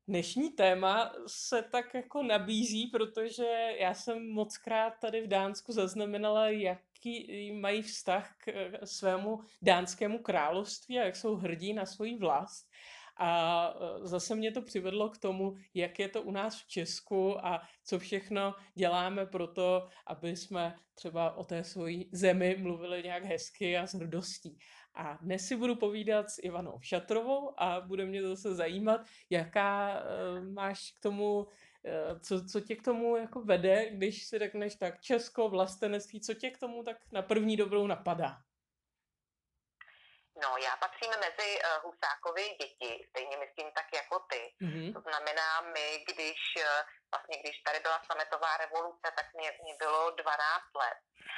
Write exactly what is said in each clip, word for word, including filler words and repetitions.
Dnešní téma se tak jako nabízí, protože já jsem mockrát tady v Dánsku zaznamenala, jaký mají vztah k eh, svému dánskému království a jak jsou hrdí na svoji vlast. A eh, zase mě to přivedlo k tomu, jak je to u nás v Česku a co všechno děláme pro to, aby jsme třeba o té svojí zemi mluvili nějak hezky a s hrdostí. A dnes si budu povídat s Ivanou Šatrovou a bude mě zase zajímat, jaká eh, máš k tomu, eh, co, co tě k tomu jako vede, když si řekneš tak Česko, vlastenectví, co tě k tomu tak na první dobrou napadá? No, já patřím mezi uh, Husákovy děti, stejně myslím tak jako ty. To Mhm. znamená, my, když uh, vlastně, když tady byla sametová revoluce, tak mě, mě bylo dvanáct let.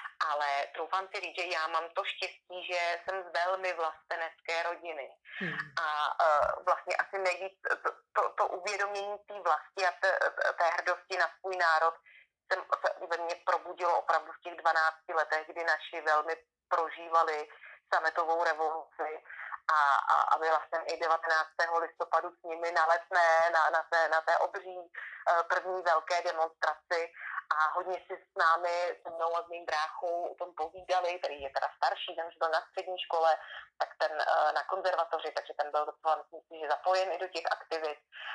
Ale troufám si říct, že já mám to štěstí, že jsem z velmi vlastenecké rodiny. Hmm. A uh, vlastně asi nejvíc to, to, to uvědomění té vlasti a té, té hrdosti na svůj národ jsem, se ve mně probudilo opravdu v těch dvanácti letech, kdy naši velmi prožívali sametovou revoluci a, a, a byla jsem i devatenáctého listopadu s nimi na Letné, na, na, té, na té obří uh, první velké demonstraci a hodně si s námi, se mnou a s mým bráchou o tom povídali, který je teda starší, ten už byl na střední škole, tak ten uh, na konzervatoři, takže ten byl docela, myslím si, že zapojen i do těch aktivit.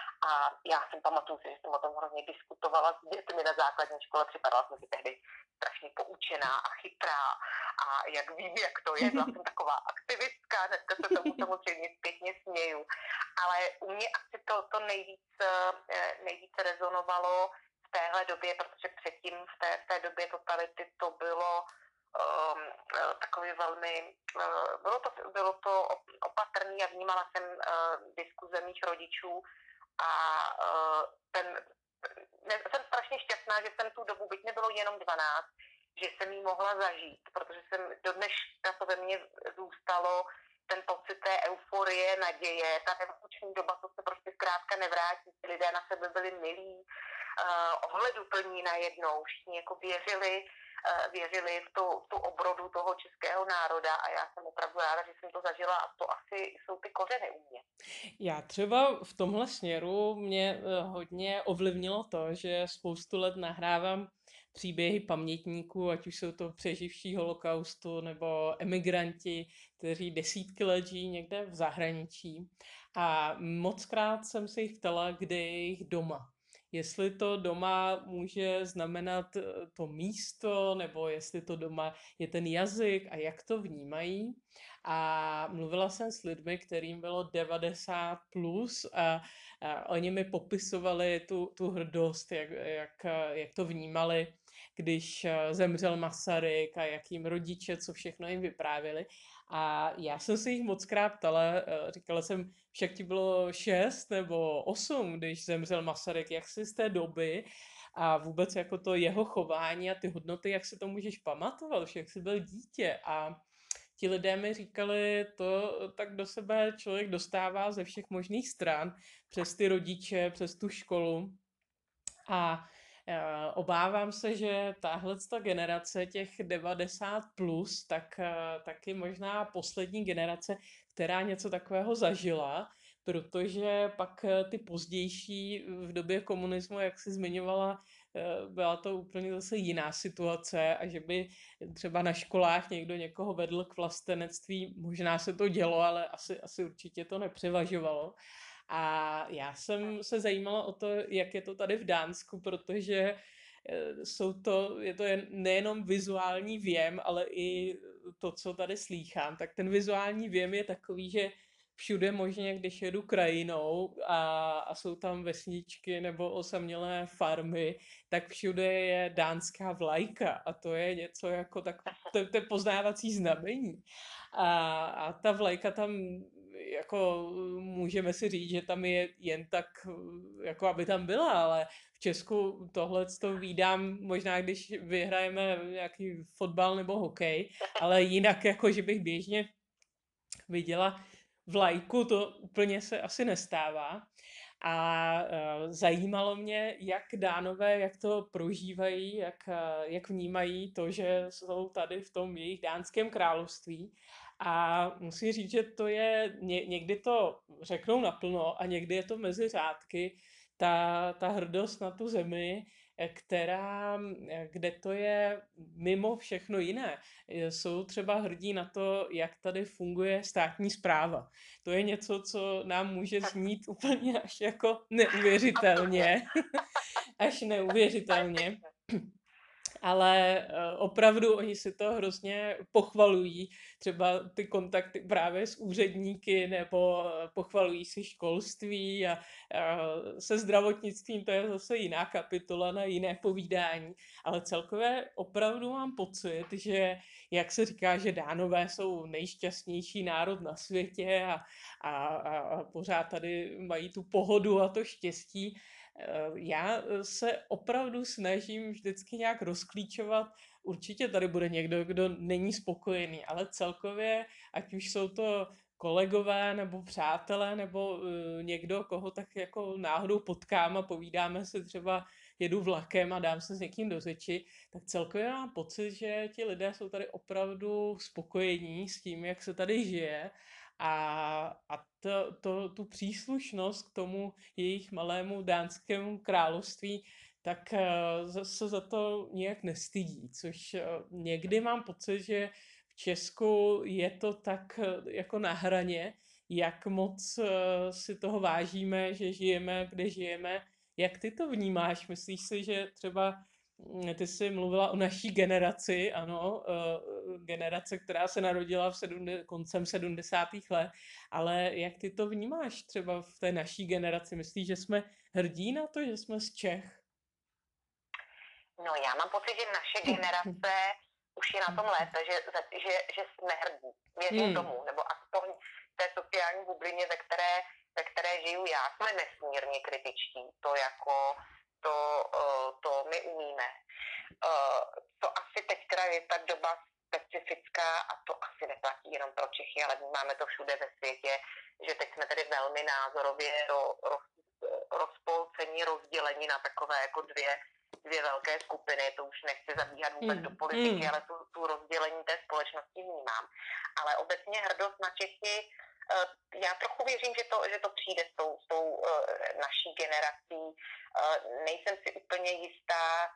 A já jsem pamatuju si, že jsem o tom hrozně diskutovala s dětmi na základní škole, připadala jsem si tehdy strašně poučená a chytrá a jak vím, jak to je, byla jsem taková aktivistka, dneska se tomu samozřejmě zpětně směju. Ale u mě asi to, to nejvíc, eh, nejvíc rezonovalo v téhle době, protože předtím v té, v té době totality to bylo um, takový velmi, uh, bylo to, bylo to opatrný a vnímala jsem uh, diskuze mých rodičů a uh, ten, ne, jsem strašně šťastná, že jsem tu dobu, byť nebylo jenom dvanáct, že jsem ji mohla zažít, protože jsem do dneška to ve mně zůstalo ten pocit té euforie, naděje, ta revoluční doba, to se prostě zkrátka nevrátí. Ti lidé na sebe byli milí, uh, ohleduplní najednou, všichni jako věřili, uh, věřili v tu, v tu obrodu toho českého národa a já jsem opravdu ráda, že jsem to zažila a to asi jsou ty kořeny u mě. Já třeba v tomhle směru mě eh, hodně ovlivnilo to, že spoustu let nahrávám příběhy pamětníků, ať už jsou to přeživší holokaustu nebo emigranti, kteří desítky let žijí někde v zahraničí. A mockrát jsem se jich ptala, kde je jejich doma. Jestli to doma může znamenat eh, to místo, nebo jestli to doma je ten jazyk a jak to vnímají. A mluvila jsem s lidmi, kterým bylo devadesát plus a, a oni mi popisovali tu, tu hrdost, jak, jak, jak to vnímali, když eh, zemřel Masaryk a jak jim rodiče, co všechno jim vyprávěli. A já jsem se jich moc krát ptala, eh, říkala jsem, však ti bylo šest nebo osm, když zemřel Masaryk, jak jsi z té doby a vůbec jako to jeho chování a ty hodnoty, jak si to můžeš pamatovat, však jsi byl dítě a ti lidé mi říkali, to tak do sebe člověk dostává ze všech možných stran, přes ty rodiče, přes tu školu. A eh, obávám se, že tahle ta generace těch devadesát plus, tak eh, taky možná poslední generace, která něco takového zažila, protože pak eh, ty pozdější v době komunismu, jak jsi zmiňovala, eh, byla to úplně zase jiná situace a že by třeba na školách někdo někoho vedl k vlastenectví, možná se to dělo, ale asi, asi určitě to nepřevažovalo. A já jsem se zajímala o to, jak je to tady v Dánsku, protože eh, jsou to, je to jen, nejenom vizuální věm, ale i to, co tady slýchám. Tak ten vizuální věm je takový, že všude možně, když jedu krajinou a, a jsou tam vesničky nebo osamělé farmy, tak všude je dánská vlajka a to je něco jako tak, to, to je poznávací znamení. A, a ta vlajka tam jako můžeme si říct, že tam je jen tak, jako aby tam byla, ale v Česku tohle to vídám možná, když vyhrajeme nějaký fotbal nebo hokej, ale jinak jako, že bych běžně viděla vlajku, to úplně se asi nestává. A uh, zajímalo mě, jak Dánové, jak to prožívají, jak, uh, jak vnímají to, že jsou tady v tom jejich dánském království. A musím říct, že to je, ně, někdy to řeknou naplno a někdy je to mezi řádky, ta, ta hrdost na tu zemi, eh, která, eh, kde to je mimo všechno jiné. Eh, Jsou třeba hrdí na to, jak tady funguje státní správa. To je něco, co nám může znít úplně až jako Absurdně. neuvěřitelně. Až Ale neuvěřitelně. pěkně. Ale eh, opravdu oni si to hrozně pochvalují, třeba ty kontakty právě s úředníky, nebo eh, pochvalují si školství a, a se zdravotnictvím to je zase jiná kapitola na jiné povídání, ale celkově opravdu mám pocit, že jak se říká, že Dánové jsou nejšťastnější národ na světě a, a, a a pořád tady mají tu pohodu a to štěstí, Eh, já eh, se opravdu snažím vždycky nějak rozklíčovat. Určitě tady bude někdo, kdo není spokojený, ale celkově, ať už jsou to kolegové nebo přátelé nebo uh, někdo, koho tak jako náhodou potkám a povídáme si třeba, jedu vlakem a dám se s někým do řeči, tak celkově mám pocit, že ti lidé jsou tady opravdu spokojení s tím, jak se tady žije a, a to, to, tu příslušnost k tomu jejich malému dánskému království, tak eh, za- se za to nějak nestydí, což eh, někdy mám pocit, že v Česku je to tak eh, jako na hraně, jak moc eh, si toho vážíme, že žijeme, kde žijeme. Jak ty to vnímáš? Myslíš si, že třeba mm, ty jsi mluvila o naší generaci, ano, eh, generace, která se narodila v sedmde, koncem sedmdesátých let, ale jak ty to vnímáš třeba v té naší generaci? Myslíš, že jsme hrdí na to, že jsme z Čech? No já mám pocit, že naše generace už je na tom lépe, že, že, že jsme hrdí. Věřím Hmm. tomu, nebo aspoň v té sociální bublině, ve které, ve které žiju já, jsme nesmírně kritičtí. To jako, to, eh, to my umíme. Eh, To asi teď je ta doba specifická a to asi neplatí jenom pro Čechy, ale máme to všude ve světě, že teď jsme tedy velmi názorově ro, roz, rozpolcení, rozdělení na takové jako dvě dvě velké skupiny, to už nechci zabíhat vůbec Hmm. do politiky, Hmm. ale tu, tu rozdělení té společnosti vnímám. Ale obecně hrdost na Čechy, já trochu věřím, že to, že to přijde s tou, s tou naší generací. Nejsem si úplně jistá,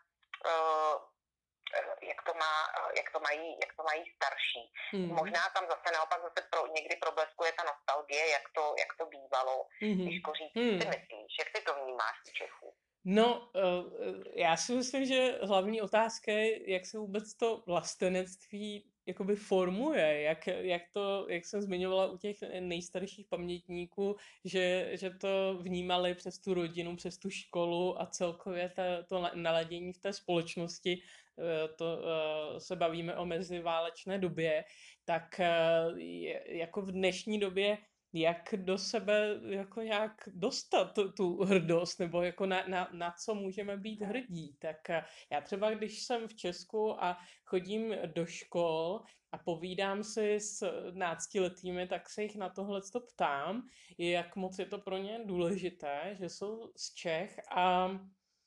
jak to, má, jak to, mají, jak to mají starší. Hmm. Možná tam zase naopak zase pro, někdy probleskuje ta nostalgie, jak to, jak to bývalo. Hmm. Těžko říct, Hmm. ty myslíš, jak ty to vnímáš v Čechu? No, eh, já si myslím, že hlavní otázka je, jak se vůbec to vlastenectví jakoby formuje, jak, jak to, jak jsem zmiňovala u těch nejstarších pamětníků, že, že to vnímali přes tu rodinu, přes tu školu a celkově ta, to na- naladění v té společnosti, eh, to eh, se bavíme o meziválečné době, tak eh, je- jako v dnešní době jak do sebe jako nějak dostat tu, tu hrdost, nebo jako na, na, na co můžeme být hrdí. Tak eh, já třeba, když jsem v Česku a chodím do škol a povídám si s náctiletými, tak se jich na tohle ptám, jak moc je to pro ně důležité, že jsou z Čech a uh,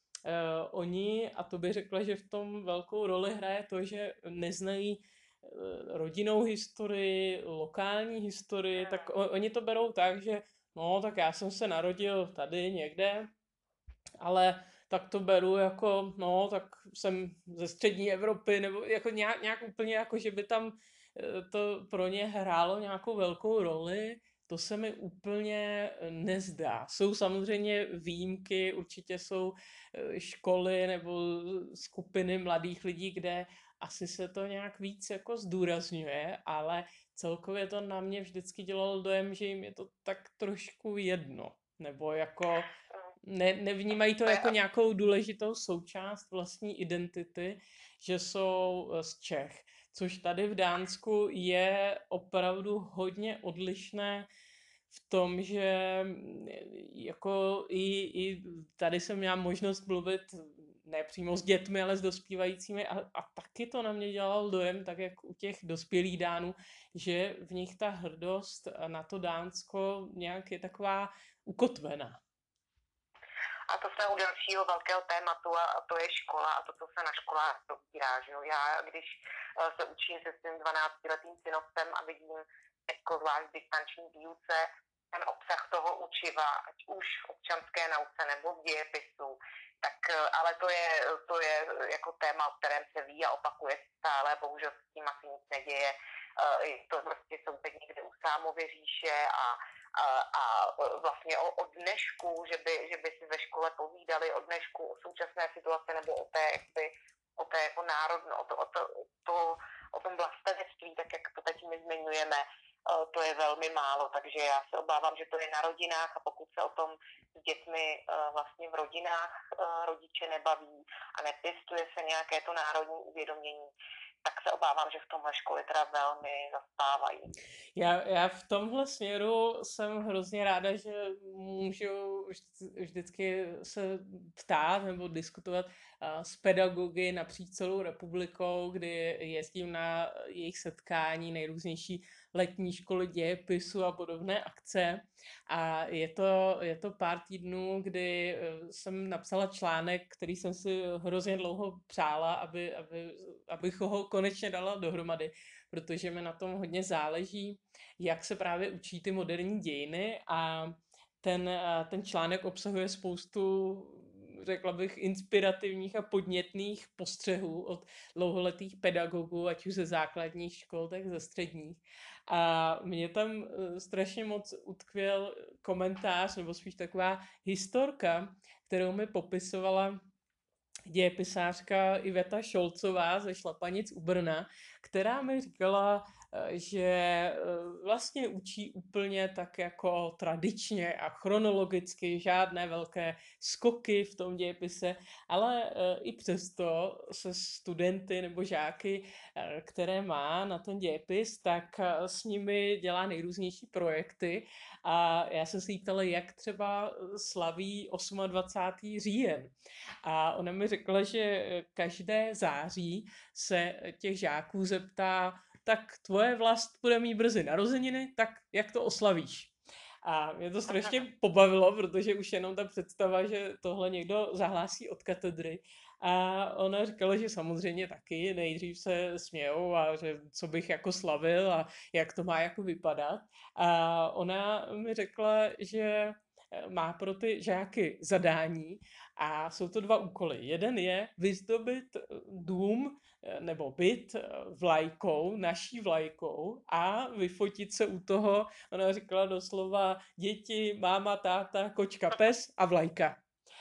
oni, a to by řekla, že v tom velkou roli hraje to, že neznají rodinnou historii, lokální historii, tak o, oni to berou tak, že no, tak já jsem se narodil tady někde, ale tak to beru jako, no, tak jsem ze střední Evropy, nebo jako nějak, nějak úplně jako, že by tam eh, to pro ně hrálo nějakou velkou roli, to se mi úplně nezdá. Jsou samozřejmě výjimky, určitě jsou eh, školy nebo skupiny mladých lidí, kde asi se to nějak víc jako zdůrazňuje, ale celkově to na mě vždycky dělalo dojem, že jim je to tak trošku jedno. Nebo jako ne, nevnímají to To je jako nějakou důležitou součást vlastní identity, že jsou eh, z Čech. Což tady v Dánsku je opravdu hodně odlišné v tom, že mm, jako i, i tady jsem měla možnost mluvit ne přímo s dětmi, ale s dospívajícími a, a taky to na mě dělalo dojem, tak jak u těch dospělých Dánů, že v nich ta hrdost na to Dánsko nějak je taková ukotvená. A to jsme u dalšího velkého tématu a, a to je škola a to, co se na školách probírá. Že jo? Já, když uh, se učím se svým dvanáctiletým synovcem a vidím jako zvlášť v distanční výuce ten obsah toho učiva, ať už v občanské nauce nebo v dějepisu, tak uh, ale to je, to je jako téma, o kterém se ví a opakuje stále, bohužel s tím asi nic neděje. Uh, to prostě jsou teď někde u Sámovy říše a A, a vlastně o, o dnešku, že by, že by si ve škole povídali o dnešku, o současné situaci nebo o té, jakby, o té jako národno, o, to, o, to, to, o tom vlastenectví, tak jak to teď my zmiňujeme, to je velmi málo, takže já se obávám, že to je na rodinách a pokud se o tom s dětmi vlastně v rodinách rodiče nebaví a nepěstuje se nějaké to národní uvědomění, tak se obávám, že v tomhle školy teda velmi zaspávají. Já, já v tomhle směru jsem hrozně ráda, že můžu vždy- vždycky se ptát nebo diskutovat a, s pedagogy napříč celou republikou, kdy jezdím na jejich setkání, nejrůznější letní školy dějepisu a podobné akce. A je to, je to pár týdnů, kdy eh, jsem napsala článek, který jsem si hrozně dlouho přála, aby, aby, abych ho konečně dala dohromady, protože mi na tom hodně záleží, jak se právě učí ty moderní dějiny a ten, a ten článek obsahuje spoustu, řekla bych, inspirativních a podnětných postřehů od dlouholetých pedagogů, ať už ze základních škol, tak ze středních. A mě tam eh, strašně moc utkvěl komentář, nebo spíš taková historka, kterou mi popisovala dějepisářka Iveta Šolcová ze Šlapanic u Brna, která mi říkala, eh, že eh, vlastně učí úplně tak jako tradičně a chronologicky, žádné velké skoky v tom dějepise, ale eh, i přesto se studenty nebo žáky, eh, které má na ten dějepis, tak eh, s nimi dělá nejrůznější projekty a já jsem se jí ptala, jak třeba slaví dvacátého osmého říjen. A ona mi řekla, že každé září se těch žáků zeptá, tak tvoje vlast bude mít brzy narozeniny, tak jak to oslavíš? A mě to strašně pobavilo, protože už jenom ta představa, že tohle někdo zahlásí od katedry. A ona říkala, že samozřejmě taky nejdřív se smějou a že co bych jako slavil a jak to má jako vypadat. A ona mi řekla, že má pro ty žáky zadání a jsou to dva úkoly. Jeden je vyzdobit dům nebo byt vlajkou, naší vlajkou a vyfotit se u toho, ona říkala doslova děti, máma, táta, kočka, pes a vlajka.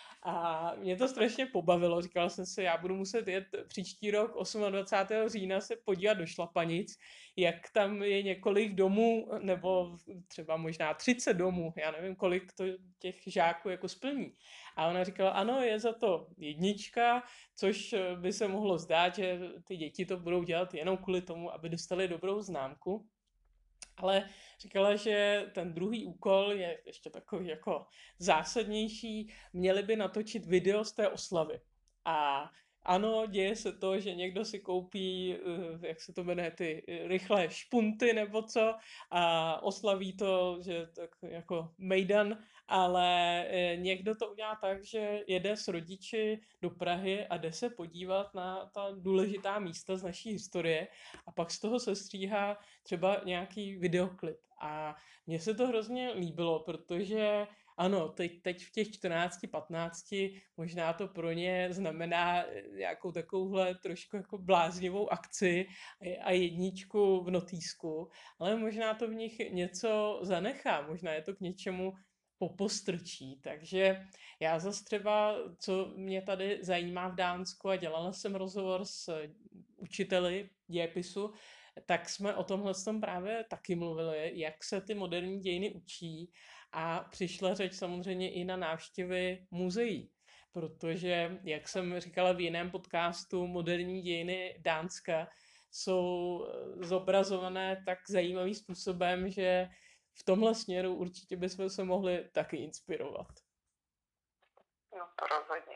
A mě to strašně pobavilo, říkala jsem si, já budu muset jet příští rok dvacátého osmého října se podívat do Šlapanic, jak tam je několik domů, nebo třeba možná třicet domů, já nevím, kolik to těch žáků jako splní. A ona říkala, ano, je za to jednička, což by se mohlo zdát, že ty děti to budou dělat jenom kvůli tomu, aby dostali dobrou známku. Ale říkala, že ten druhý úkol je ještě takový jako zásadnější. Měli by natočit video z té oslavy. A ano, děje se to, že někdo si koupí, eh, jak se to jmenuje, ty eh, rychlé špunty nebo co a oslaví to, že tak jako mejdan, ale eh, někdo to udělá tak, že jede s rodiči do Prahy a jde se podívat na ta důležitá místa z naší historie a pak z toho se stříhá třeba nějaký videoklip. A mně se to hrozně líbilo, protože ano, teď, teď v těch čtrnácti, patnácti možná to pro ně znamená nějakou takovouhle trošku jako bláznivou akci a jedničku v notýsku, ale možná to v nich něco zanechá, možná je to k něčemu popostrčí. Takže já zase třeba, co mě tady zajímá v Dánsku a dělala jsem rozhovor s učiteli dějepisu, tak jsme o tomhle tom právě taky mluvili, jak se ty moderní dějiny učí a přišla řeč samozřejmě i na návštěvy muzeí, protože, jak jsem říkala v jiném podcastu, moderní dějiny Dánska jsou zobrazované tak zajímavým způsobem, že v tomhle směru určitě bychom se mohli taky inspirovat. No to rozhodně.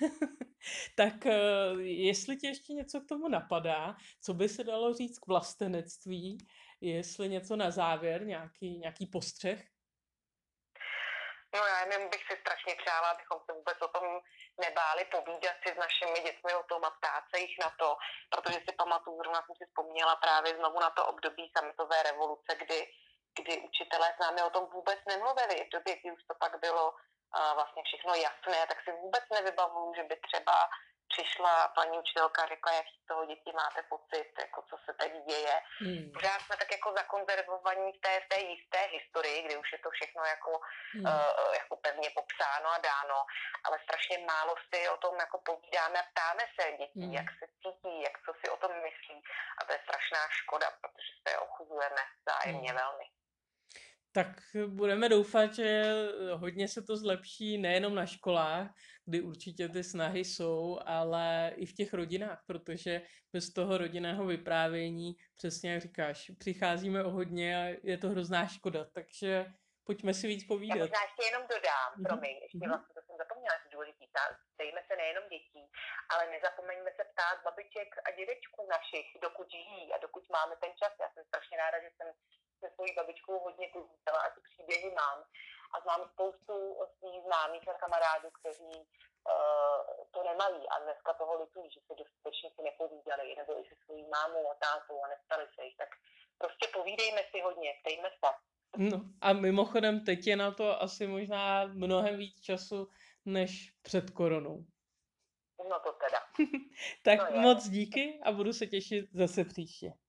Tak jestli ti ještě něco k tomu napadá, co by se dalo říct k vlastenectví, jestli něco na závěr, nějaký, nějaký postřeh? No já nevím, bych si strašně přála, abychom se vůbec o tom nebáli povídat si s našimi dětmi o tom a ptát se jich na to, protože si pamatuju, zrovna jsem si vzpomněla právě znovu na to období sametové revoluce, kdy, kdy učitelé s námi o tom vůbec nemluvili. V době, kdy už to pak bylo a vlastně všechno jasné, tak si vůbec nevybavuju, že by třeba přišla paní učitelka a řekla, jak z toho děti máte pocit, jako co se teď děje. Hmm. Pořád jsme tak jako zakonzervovaní v té, v té jisté historii, kdy už je to všechno jako, Hmm. uh, jako pevně popsáno a dáno, ale strašně málo si o tom jako povídáme a ptáme se dětí, Hmm. jak se cítí, jak co si o tom myslí a to je strašná škoda, protože se ochuzujeme vzájemně Hmm. velmi. Tak budeme doufat, že hodně se to zlepší nejenom na školách, kdy určitě ty snahy jsou, ale i v těch rodinách, protože bez toho rodinného vyprávění, přesně jak říkáš, přicházíme o hodně a je to hrozná škoda, takže pojďme si víc Já povídat. možná ještě jenom dodám, Mhm, promiň, ještě mhm. vlastně to jsem zapomněla, že důležitý, ptejme se nejenom dětí, ale nezapomeňme se ptát babiček a dědečků našich, dokud žijí a dokud máme ten čas. Já jsem strašně ráda, že jsem se svojí babičkou hodně povídala a ty příběhy mám. A znám spoustu svých známých a kamarádů, kteří uh, to nemají a dneska toho litují, že se dostatečně si nepovídali, nebo i se svojí mámou a tátou a nestali se jich. Tak prostě povídejme si hodně, ptejme se. No a mimochodem teď je na to asi možná mnohem víc času než před koronou. No to teda. Tak No je. moc díky a budu se těšit zase příště.